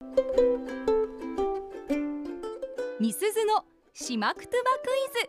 みすずのしまくとばクイズ。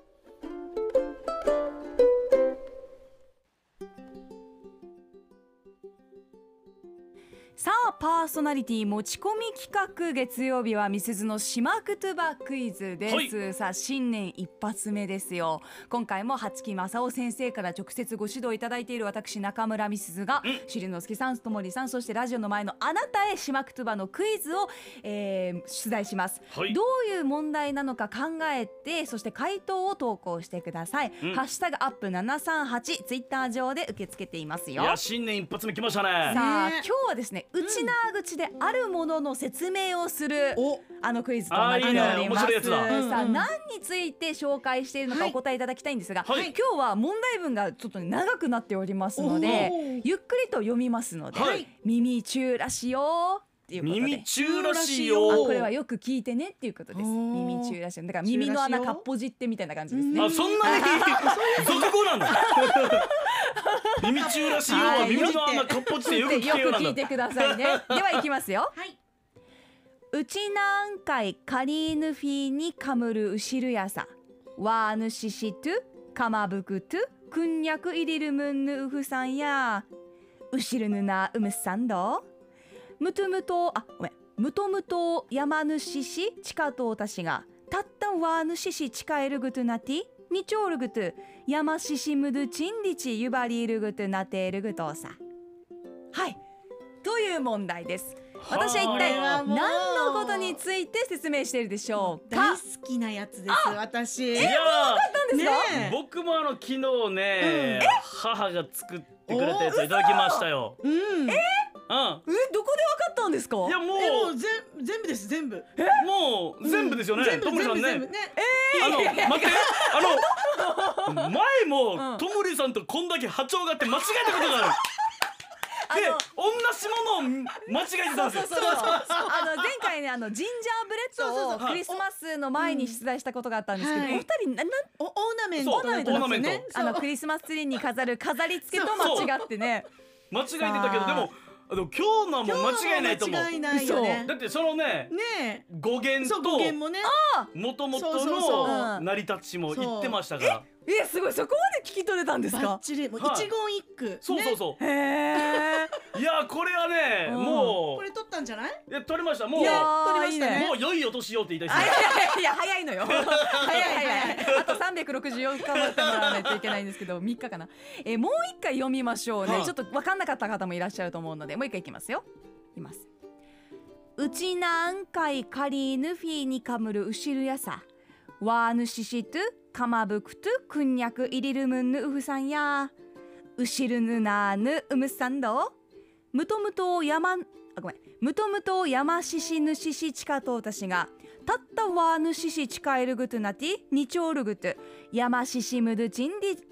さあ、パーソナリティ持ち込み企画、月曜日はみすずのしまくとばクイズです、はい、さあ新年一発目ですよ。今回も八木正夫先生から直接ご指導いただいている私中村みすずが、しりのすけさん、ともりさん、そしてラジオの前のあなたへしまくとばのクイズを、出題します、はい、どういう問題なのか考えて、そして回答を投稿してください、ハッシュタグアップ738、ツイッター上で受け付けていますよ。 いや、新年一発目来ましたね。 さあ、今日はですね、内縄口であるものの説明をする、クイズとなっております。さあ、何について紹介しているのかお答えいただきたいんですが、今日は問題文がちょっと長くなっておりますので、ゆっくりと読みますので、耳中らしよっていうことで、 耳中らしよ、 これはよく聞いてねっていうことです。耳中らしよ、だから耳の穴かっぽじってみたいな感じですね。 あ、そんなに俗語なんだ。耳中らしよは耳の穴かっぽじってよく聞けようなんだ。 よく聞いてくださいね。ではいきますよ。うちなんかいカリーヌフィーにかむるうしるやさわーぬししとかまぶくとくんにゃくいりるむんぬうふさんやうしるぬなうむさんどむとむとむとむと山ぬししちかとおたしがたったんわーぬししちかえるぐとなてにちょうるぐと山ししむどちんりちゆばりいるぐとなているぐとさ。はいという問題です。私は一体何のことについて説明しているでしょうか。 大好きなやつです。私。 もう分かったんですか。 僕も昨日ね、母が作ってくれたやついただきましたよ。 どこで分かったんですか。 いや、もう全部です。全部。 もう全部ですよね。ともりさんね。 待って、 前もともりさんとこんだけ波長があって間違えたことがある。で、同じものを間違えてたんですよ。 前回ね、ジンジャーブレッドをクリスマスの前に出題したことがあったんですけど、お二人オーナメントね、クリスマスツリーに飾る飾り付けと間違ってね、 間違えてたけど、でも今日のも間違いないと思う。 間違いないよね。 だってそのね、語源ともともとの成り立ちも言ってましたから。 すごい、そこまで聞き取れたんですか。 バッチリ、もう一言一句。 そう。 へえ。 いや、これはね、もうこれ取ったんじゃない？ いや、取りました。もう取りましたね。 もう良いお年をって言いたいですね。 いや、早いのよ。早い。あと364日待ってもらわないといけないんですけど、3日かな。もう一回読みましょうね。ちょっと分かんなかった方もいらっしゃると思うので、もう一回いきますよ。います。うちなんかいカリーヌフィーにかむるうしるやさわーぬししとかまぶくとくんにゃくいりるむんぬうふさんやうしるぬなぬうむさんどむとむと山ししぬししちかとうたしがたったわーぬししちかえるぐとなてにちょうるぐと山ししむどちんり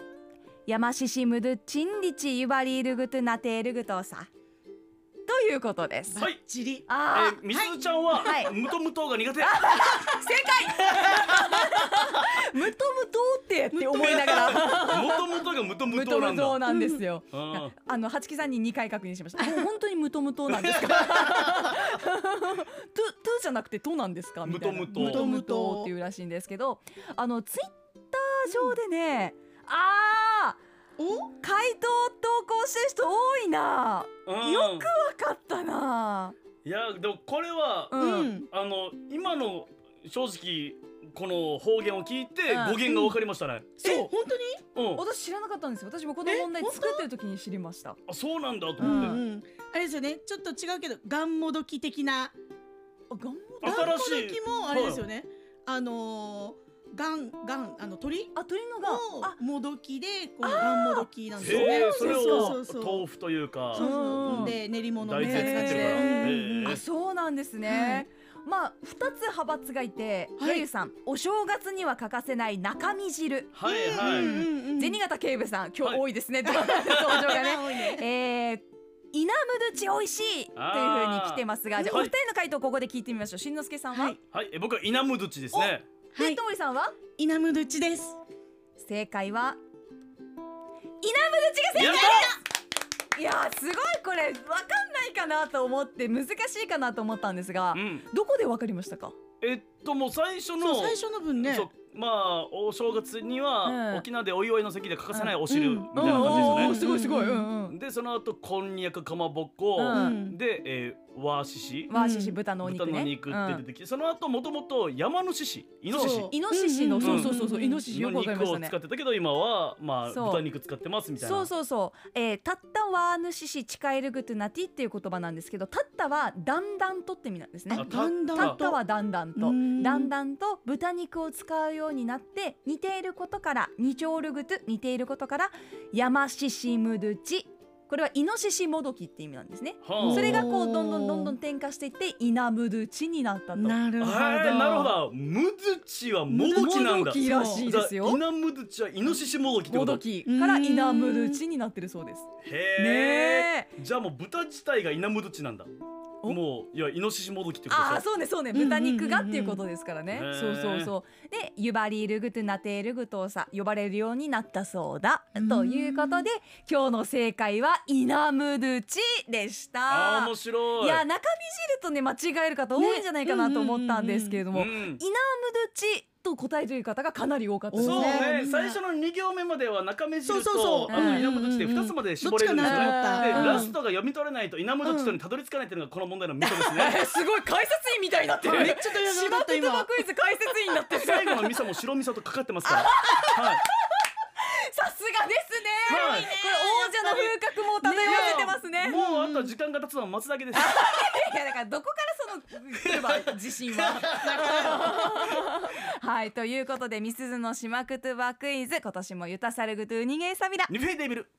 ちゆばりいるぐとなているぐとさということです。 バッチリ。 みすずちゃんはむとむとが苦手。 正解。むとむとって思いながら。 もともとがむとむとなんだ。 むとなんですよ。八木さんに2回確認しました。もう本当にむとむとなんですか。とじゃなくてとなんですかみたいな。むとむとっていうらしいんですけど、ツイッター上でね、回答投稿してる人多いな。よくわかったな。 いや、でもこれは今の正直この方言を聞いて語源が分かりましたね。 本当に？ 私知らなかったんですよ。私もこの問題作ってる時に知りました。 あ、そうなんだと思って。 あれですよね。ちょっと違うけどガンモドキ的な。 新しい。 ガンモドキもあれですよね。鳥のがもどきでガンもどきなんですよね。 それを豆腐というかで練り物の大豆で作ってるから。 そうなんですね。まあ2つ派閥がいて、ゆゆさんお正月には欠かせない中身汁。銭形警部さん今日多いですね。登場がね。稲むどちおいしいという風に来てますが、じゃあお二人の回答ここで聞いてみましょう。しんのすけさんは？ 僕は稲むどちですね。 で、ともりさんは？ 稲むどちです。 正解は稲むどちが正解です。 いやすごいこれわかんないかなと思って難しいかなと思ったんですが、どこでわかりましたか？ もう最初の分ね。 まあお正月には沖縄でお祝いの席で欠かせないお汁みたいな感じですよね。 すごいすごい。 でその後こんにゃくかまぼっこでわしし豚のお肉ね。 豚の肉って出てきて、その後もともと山の獅子イノシシイノシシのそうイノシシの肉を使ってたけど今はまあ豚肉使ってますみたいな。 そうたったわぬしし近いるぐとなてっていう言葉なんですけど、たったはだんだんとって意味なんですね。たったはだんだんと豚肉を使うようになって似ていることからニチョールグト似ていることから山獅子ムドゥチ、これはイノシシもどきって意味なんですね。それがこうどんどん転化していってイナムドゥチになったと。 なるほど。ムドゥチはもどきなんだ。 もどきらしいですよ。 イナムドゥチはイノシシもどきってこと。 もどきからイナムドゥチになってるそうです。 へえ。じゃあもう豚自体がイナムドゥチなんだ。もういやイノシシもどきってことですか。そうね豚肉がっていうことですからね。そうでユバリールグトナテールグトさ呼ばれるようになったそうだということで、今日の正解はイナムドゥチでした。 面白い。 いや中身汁とね間違える方多いんじゃないかなと思ったんですけれども、イナムドゥチと答えている方がかなり多かったですね。 そうね、最初の2行目までは中目汁とイナムドゥチで2つまで絞れるんですよね。でラストが読み取れないとイナムドゥチとにたどり着かないっていうのがこの問題のミソですね。 すごい解説員みたいになってる。 めっちゃ大変だった今。 島クイズ解説員になってる。 最後のミソも白味噌とかかってますから。 さすがですね。これ王者の風格も漂わせてますね。 もうあと時間が経つのを待つだけです。 いやだからどこからその来れば自信は。はいということでミスズの島クトゥバクイズ、今年もユタサルグトゥニゲイサビラ。 ニフェイデビル。